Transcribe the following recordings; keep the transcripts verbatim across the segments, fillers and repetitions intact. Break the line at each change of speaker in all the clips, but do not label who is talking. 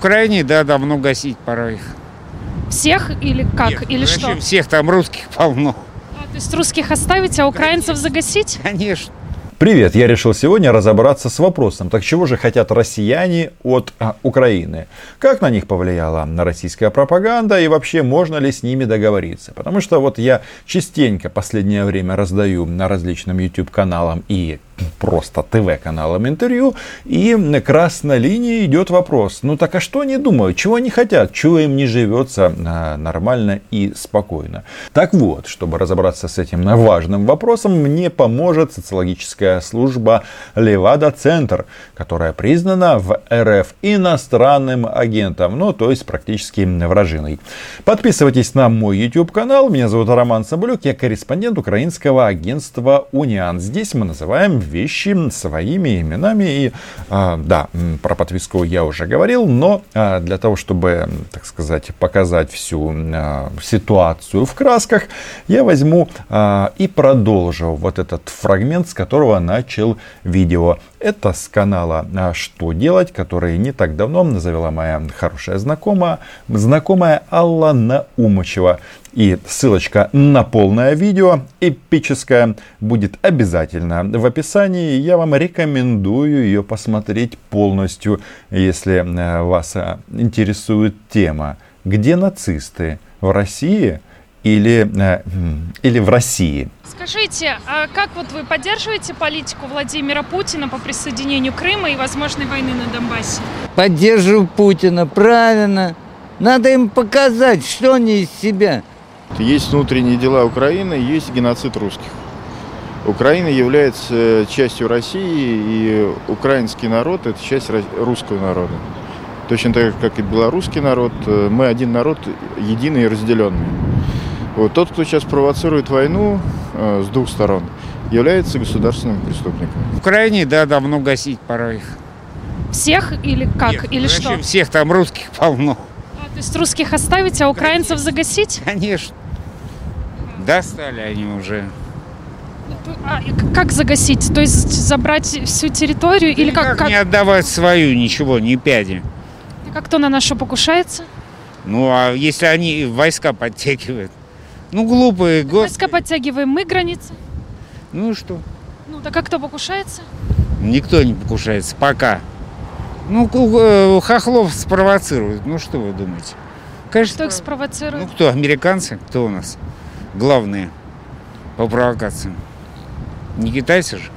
Украине, да, давно гасить пора их.
Всех или как?
Всех.
Или
Зачем
что?
всех, там русских полно.
А, то есть русских оставить, а украинцев загасить?
Конечно.
Привет, я решил сегодня разобраться с вопросом, так чего же хотят россияне от а, Украины? Как на них повлияла российская пропаганда и вообще можно ли с ними договориться? Потому что вот я частенько последнее время раздаю на различным YouTube каналам и просто ТВ-каналам интервью, и красной линией идет вопрос, ну так а что они думают, чего они хотят, чего им не живется а, нормально и спокойно? Так вот, чтобы разобраться с этим важным вопросом, мне поможет социологическая служба Левада-Центр, которая признана в РФ иностранным агентом, ну то есть практически вражиной. Подписывайтесь на мой YouTube канал, меня зовут Роман Соболюк, я корреспондент украинского агентства Униан. Здесь мы называем вещи своими именами. И а, да, про подписку я уже говорил, но а, для того, чтобы, так сказать, показать всю а, ситуацию в красках, я возьму а, и продолжу вот этот фрагмент, с которого начал видео. Это с канала «Что делать?», который не так давно завела моя хорошая знакомая, знакомая Алла Наумычева. И ссылочка на полное видео, эпическое, будет обязательно в описании. Я вам рекомендую ее посмотреть полностью, если вас интересует тема, где нацисты, в России или, или в России.
Скажите, а как вот вы поддерживаете политику Владимира Путина по присоединению Крыма и возможной войны на Донбассе?
Поддерживаю Путина, правильно. Надо им показать, что они из себя.
Есть внутренние дела Украины, есть геноцид русских. Украина является частью России, и украинский народ – это часть русского народа. Точно так, как и белорусский народ, мы один народ, единый и разделенный. Вот тот, кто сейчас провоцирует войну э, с двух сторон, является государственным преступником.
В Украине, да, давно гасить пора их.
Всех или как?
Всех.
Или
Зачем
что?
всех, там русских полно.
А, то есть русских оставить, а украинцев загасить?
Конечно. Достали они уже.
А, как загасить? То есть забрать всю территорию? Или как,
как,
как...
не отдавать свою, ничего, ни пяди.
Как кто на нас что, покушается?
Ну, а если они войска подтягивают? Ну, глупые. Гос...
Войска подтягиваем мы границы.
Ну и что?
Ну, так а кто покушается?
Никто не покушается, пока. Ну, хохлов спровоцируют. Ну, что вы думаете? Конечно,
Кто их спровоцирует?
Ну, кто? Американцы? Кто у нас? Главные по провокациям. Не китайцы же?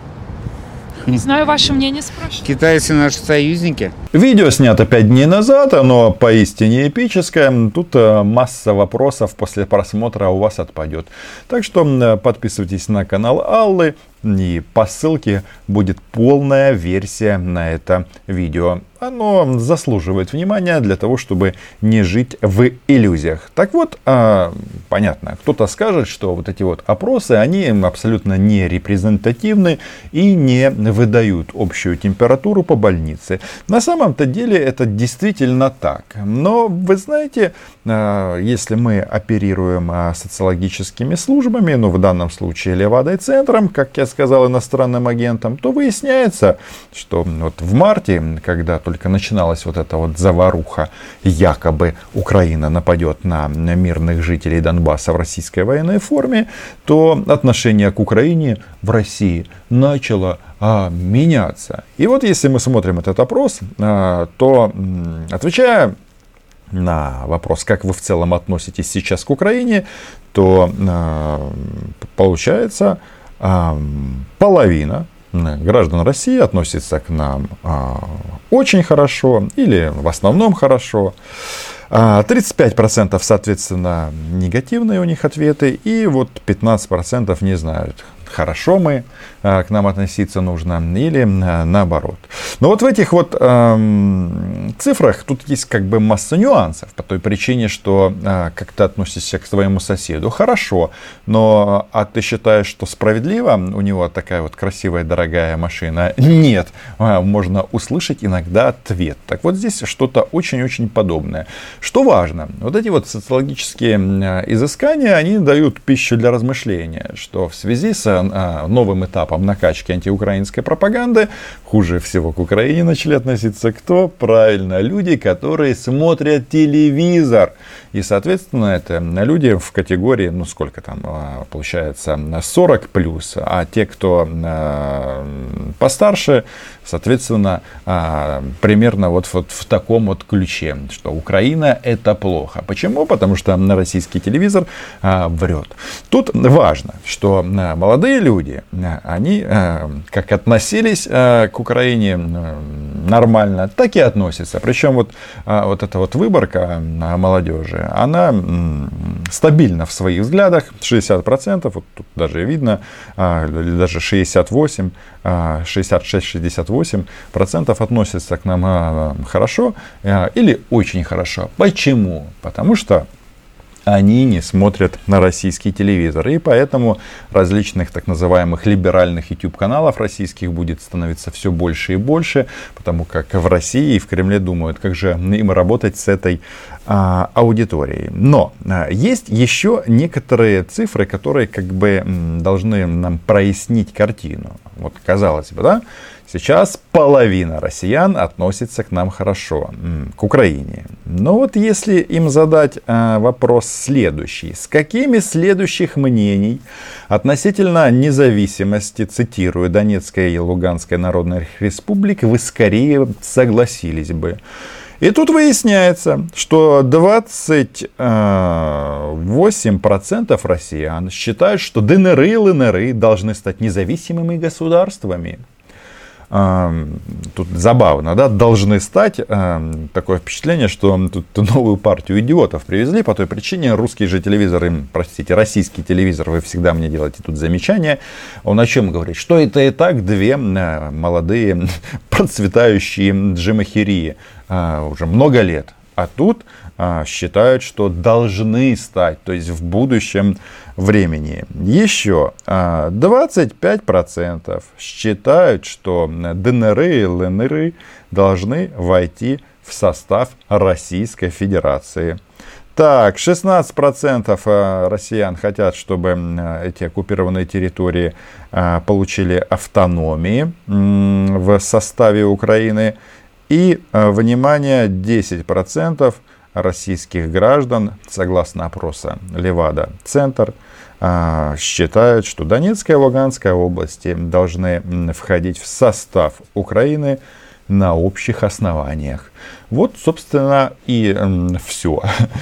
Не знаю, ваше мнение спрашиваю.
Китайцы наши союзники.
Видео снято пять дней назад, оно поистине эпическое. Тут масса вопросов после просмотра у вас отпадет. Так что подписывайтесь на канал Аллы, и по ссылке будет полная версия на это видео. Оно заслуживает внимания для того, чтобы не жить в иллюзиях. Так вот, а, понятно, кто-то скажет, что вот эти вот опросы, они абсолютно не репрезентативны и не выдают общую температуру по больнице. На самом-то деле это действительно так. Но вы знаете, а, если мы оперируем а, социологическими службами, ну в данном случае Левадой-центром, как я сказал, иностранным агентом, то выясняется, что вот в марте, когда только начиналась вот эта вот заваруха, якобы Украина нападет на мирных жителей Донбасса в российской военной форме, то отношение к Украине в России начало а, меняться. И вот если мы смотрим этот опрос, а, то отвечая на вопрос, как вы в целом относитесь сейчас к Украине, то а, получается а, половина граждан России относится к нам а, очень хорошо или в основном хорошо. А, тридцать пять процентов, соответственно, негативные у них ответы. И вот пятнадцать процентов не знают, хорошо мы а, к нам относиться нужно или а, наоборот. Но вот в этих вот а, цифрах тут есть как бы масса нюансов. По той причине, что а, как ты относишься к своему соседу, хорошо. Но а ты считаешь, что справедливо? У него такая вот красивая, дорогая машина? Нет. А, можно услышать иногда ответ. Так вот здесь что-то очень-очень подобное. Что важно? Вот эти вот социологические изыскания, они дают пищу для размышления. Что в связи с а, новым этапом накачки антиукраинской пропаганды. Хуже всего к Украине начали относиться кто? Правильно, люди, которые смотрят телевизор. И, соответственно, это люди в категории, ну сколько там, получается, сорок плюс, а те, кто а, постарше, соответственно, а, примерно вот, вот в таком вот ключе, что Украина это плохо. Почему? Потому что российский телевизор а, врет. Тут важно, что а, молодые люди, а, они а, как относились а, к Украине а, нормально, так и относятся. Причем вот, а, вот эта вот выборка а, молодежи, она м, стабильна в своих взглядах, шестьдесят процентов, вот тут даже видно, а, или даже шестьдесят восемь процентов, шестьдесят шесть - шестьдесят восемь процентов относятся к нам а, хорошо а, или очень хорошо. Почему? Потому что они не смотрят на российский телевизор. И поэтому различных так называемых либеральных YouTube-каналов российских будет становиться все больше и больше. Потому как в России и в Кремле думают, как же им работать с этой а, аудиторией. Но а, есть еще некоторые цифры, которые как бы м, должны нам прояснить картину. Вот казалось бы, да? Сейчас половина россиян относится к нам хорошо, к Украине. Но вот если им задать э, вопрос следующий. С какими следующих мнений относительно независимости, цитирую, Донецкой и Луганской народных республик вы скорее согласились бы? И тут выясняется, что двадцать восемь процентов россиян считают, что ДНР и ЛНР должны стать независимыми государствами. Тут забавно, да, должны стать. Такое впечатление, что тут новую партию идиотов привезли. По той причине русский же телевизор, им, простите, российский телевизор, вы всегда мне делаете тут замечания. Он о чем говорит? Что это и так две молодые процветающие джемахерии уже много лет. А тут а, считают, что должны стать, то есть в будущем времени. Еще а, двадцать пять процентов считают, что ДНР и ЛНР должны войти в состав Российской Федерации. Так, шестнадцать процентов россиян хотят, чтобы эти оккупированные территории получили автономии в составе Украины. И, внимание, десять процентов российских граждан, согласно опроса Левада-Центр, считают, что Донецкая и Луганская области должны входить в состав Украины на общих основаниях. Вот, собственно, и все.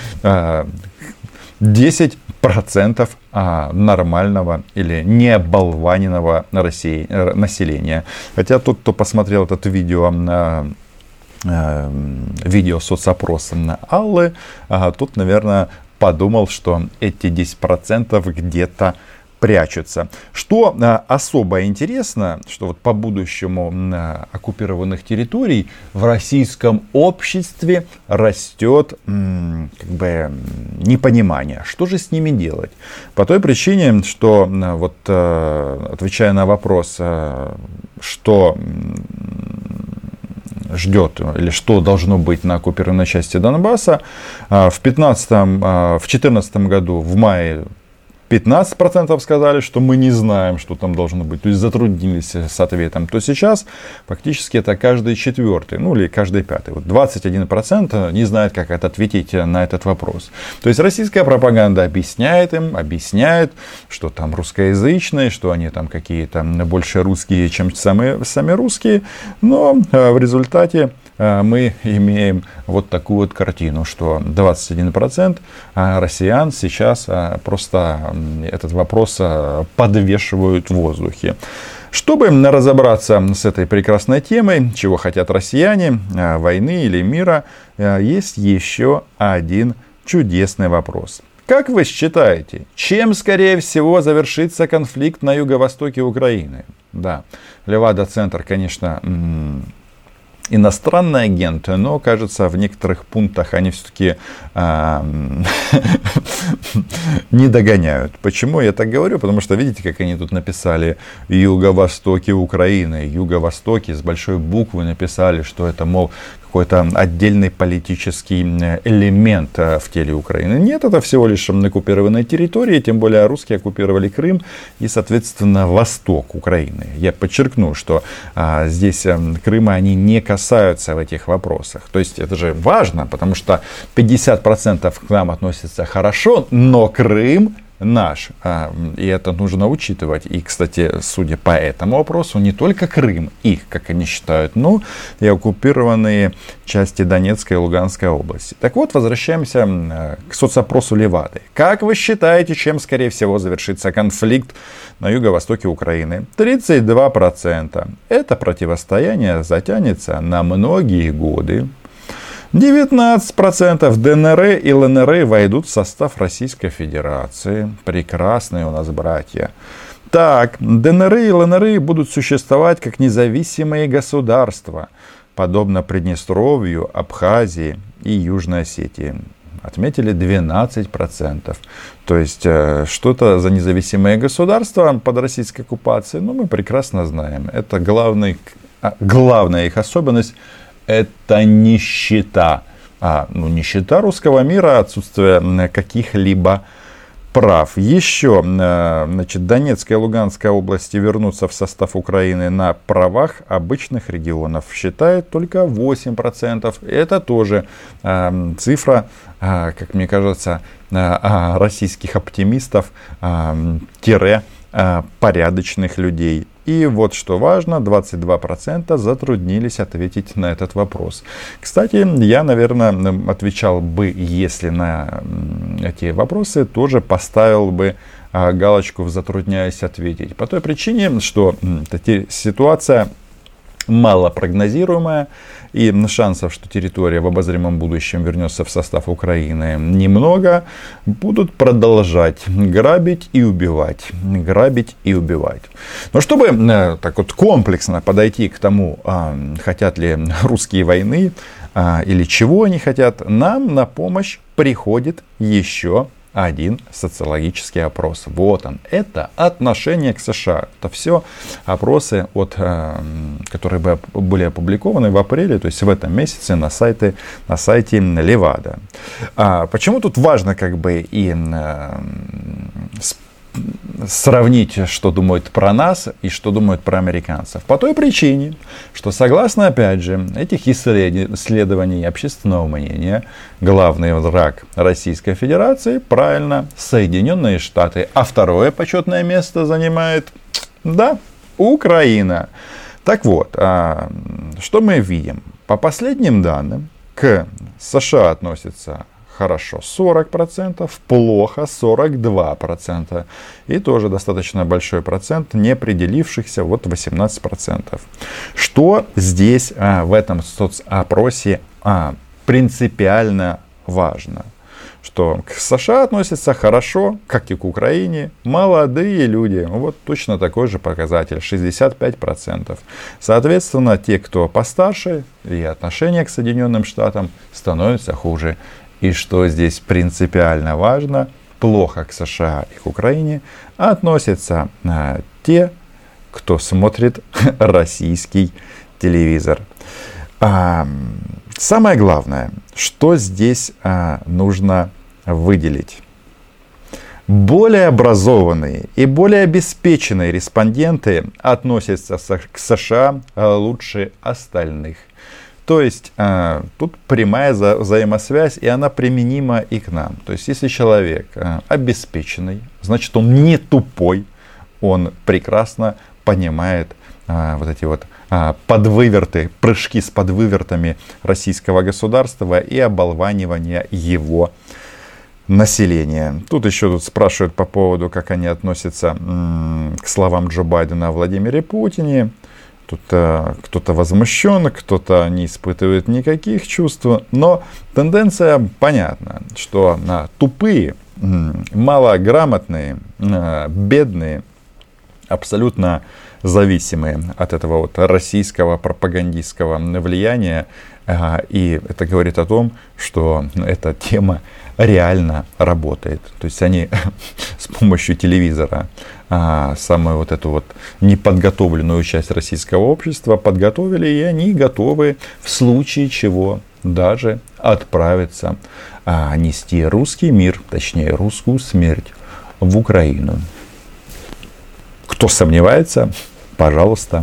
десять процентов нормального или необолваненного населения. Хотя тот, кто посмотрел это видео на видео соцопроса на Аллы, тут, наверное, подумал, что эти десять процентов где-то прячутся. Что особо интересно, что вот по будущему оккупированных территорий в российском обществе растет как бы непонимание, что же с ними делать. По той причине, что вот отвечая на вопрос, что ждет или что должно быть на оккупированной части Донбасса, в пятнадцатом, в четырнадцатом году в мае пятнадцать процентов сказали, что мы не знаем, что там должно быть, то есть затруднились с ответом, то сейчас фактически это каждый четвертый, ну или каждый пятый. Вот двадцать один процент не знает, как это ответить на этот вопрос. То есть российская пропаганда объясняет им, объясняет, что там русскоязычные, что они там какие-то больше русские, чем сами, сами русские, но в результате мы имеем вот такую вот картину, что двадцать один процент россиян сейчас просто этот вопрос подвешивают в воздухе. Чтобы разобраться с этой прекрасной темой, чего хотят россияне, войны или мира, есть еще один чудесный вопрос. Как вы считаете, чем, скорее всего, завершится конфликт на юго-востоке Украины? Да, Левада-Центр, конечно, иностранный агент, но, кажется, в некоторых пунктах они все-таки а, не догоняют. Почему я так говорю? Потому что, видите, как они тут написали юго-востоке Украины, юго-востоке с большой буквы написали, что это, мол, какой-то отдельный политический элемент в теле Украины. Нет, это всего лишь оккупированная территория, тем более русские оккупировали Крым и, соответственно, восток Украины. Я подчеркну, что а, здесь а, Крыма они не касаются в этих вопросах. То есть это же важно, потому что пятьдесят процентов к нам относятся хорошо, но Крым наш. И это нужно учитывать. И, кстати, судя по этому вопросу, не только Крым, их, как они считают, но и оккупированные части Донецкой и Луганской области. Так вот, возвращаемся к соцопросу Левады. Как вы считаете, чем, скорее всего, завершится конфликт на юго-востоке Украины? тридцать два процента. Это противостояние затянется на многие годы. девятнадцать процентов ДНР и ЛНР войдут в состав Российской Федерации. Прекрасные у нас братья. Так, ДНР и ЛНР будут существовать как независимые государства, подобно Приднестровью, Абхазии и Южной Осетии. Отметили двенадцать процентов. То есть, что-то за независимое государство под российской оккупацией, ну, мы прекрасно знаем. Это главный, главная их особенность. Это нищета. А, ну, нищета русского мира, отсутствие каких-либо прав. Еще, значит, Донецкая и Луганская области вернутся в состав Украины на правах обычных регионов. Считает только восемь процентов. Это тоже э, цифра, э, как мне кажется, э, российских оптимистов, э, тире, э, порядочных людей. И вот что важно, двадцать два процента затруднились ответить на этот вопрос. Кстати, я, наверное, отвечал бы, если на эти вопросы, тоже поставил бы галочку в «затрудняюсь ответить». По той причине, что ситуация малопрогнозируемая, и шансов, что территория в обозримом будущем вернется в состав Украины, немного. Будут продолжать грабить и убивать. Грабить и убивать. Но чтобы э, так вот комплексно подойти к тому, э, хотят ли русские войны э, или чего они хотят, нам на помощь приходит еще один социологический опрос. Вот он. Это отношение к США. Это все опросы, от, которые были опубликованы в апреле, то есть в этом месяце на, сайте, на сайте Левада. А почему тут важно как бы и сравнить, что думают про нас и что думают про американцев? По той причине, что согласно, опять же, этих исследований общественного мнения, главный враг Российской Федерации, правильно, Соединенные Штаты. А второе почетное место занимает, да, Украина. Так вот, что мы видим? По последним данным, к США относится хорошо сорок процентов, плохо сорок два процента. И тоже достаточно большой процент неопределившихся, вот восемнадцать процентов. Что здесь а, в этом соцопросе а, принципиально важно? Что к США относятся хорошо, как и к Украине, молодые люди. Вот точно такой же показатель, шестьдесят пять процентов. Соответственно, те, кто постарше, и отношение к Соединенным Штатам становится хуже. И что здесь принципиально важно, плохо к США и к Украине относятся а, те, кто смотрит российский телевизор. А, самое главное, что здесь а, нужно выделить. Более образованные и более обеспеченные респонденты относятся к США лучше остальных. То есть э, тут прямая за, взаимосвязь, и она применима и к нам. То есть если человек э, обеспеченный, значит он не тупой, он прекрасно понимает э, вот эти вот э, подвыверты, прыжки с подвывертами российского государства и оболванивание его населения. Тут еще тут спрашивают по поводу, как они относятся м- к словам Джо Байдена о Владимире Путине. Тут э, кто-то возмущен, кто-то не испытывает никаких чувств. Но тенденция понятна, что э, тупые, э, малограмотные, э, бедные, абсолютно зависимые от этого вот российского пропагандистского влияния И это говорит о том, что эта тема реально работает. То есть они с помощью телевизора самую вот эту вот неподготовленную часть российского общества подготовили, и они готовы в случае чего даже отправиться нести русский мир, точнее русскую смерть в Украину. Кто сомневается, пожалуйста,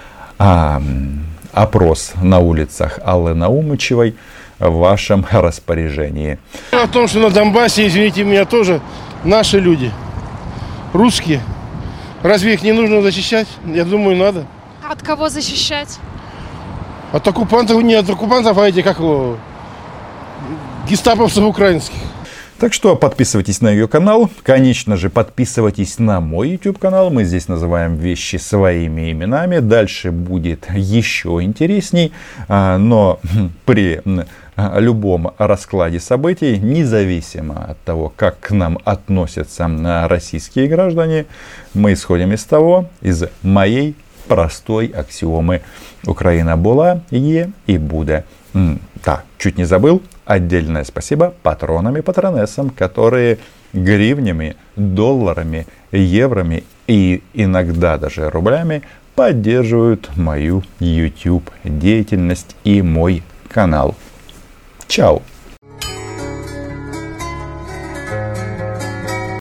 опрос на улицах Аллы Наумычевой в вашем распоряжении.
О том, что на Донбассе, извините меня, тоже наши люди, русские. Разве их не нужно защищать? Я думаю, надо.
А от кого защищать?
От оккупантов, не от оккупантов, а эти, как его, гестаповцев украинских.
Так что подписывайтесь на ее канал. Конечно же, подписывайтесь на мой YouTube канал. Мы здесь называем вещи своими именами. Дальше будет еще интересней. Но при любом раскладе событий, независимо от того, как к нам относятся российские граждане, мы исходим из того, из моей простой аксиомы: Украина была, е и буде. Да, чуть не забыл. Отдельное спасибо патронам и патронессам, которые гривнями, долларами, евроми и иногда даже рублями поддерживают мою YouTube деятельность и мой канал. Чао!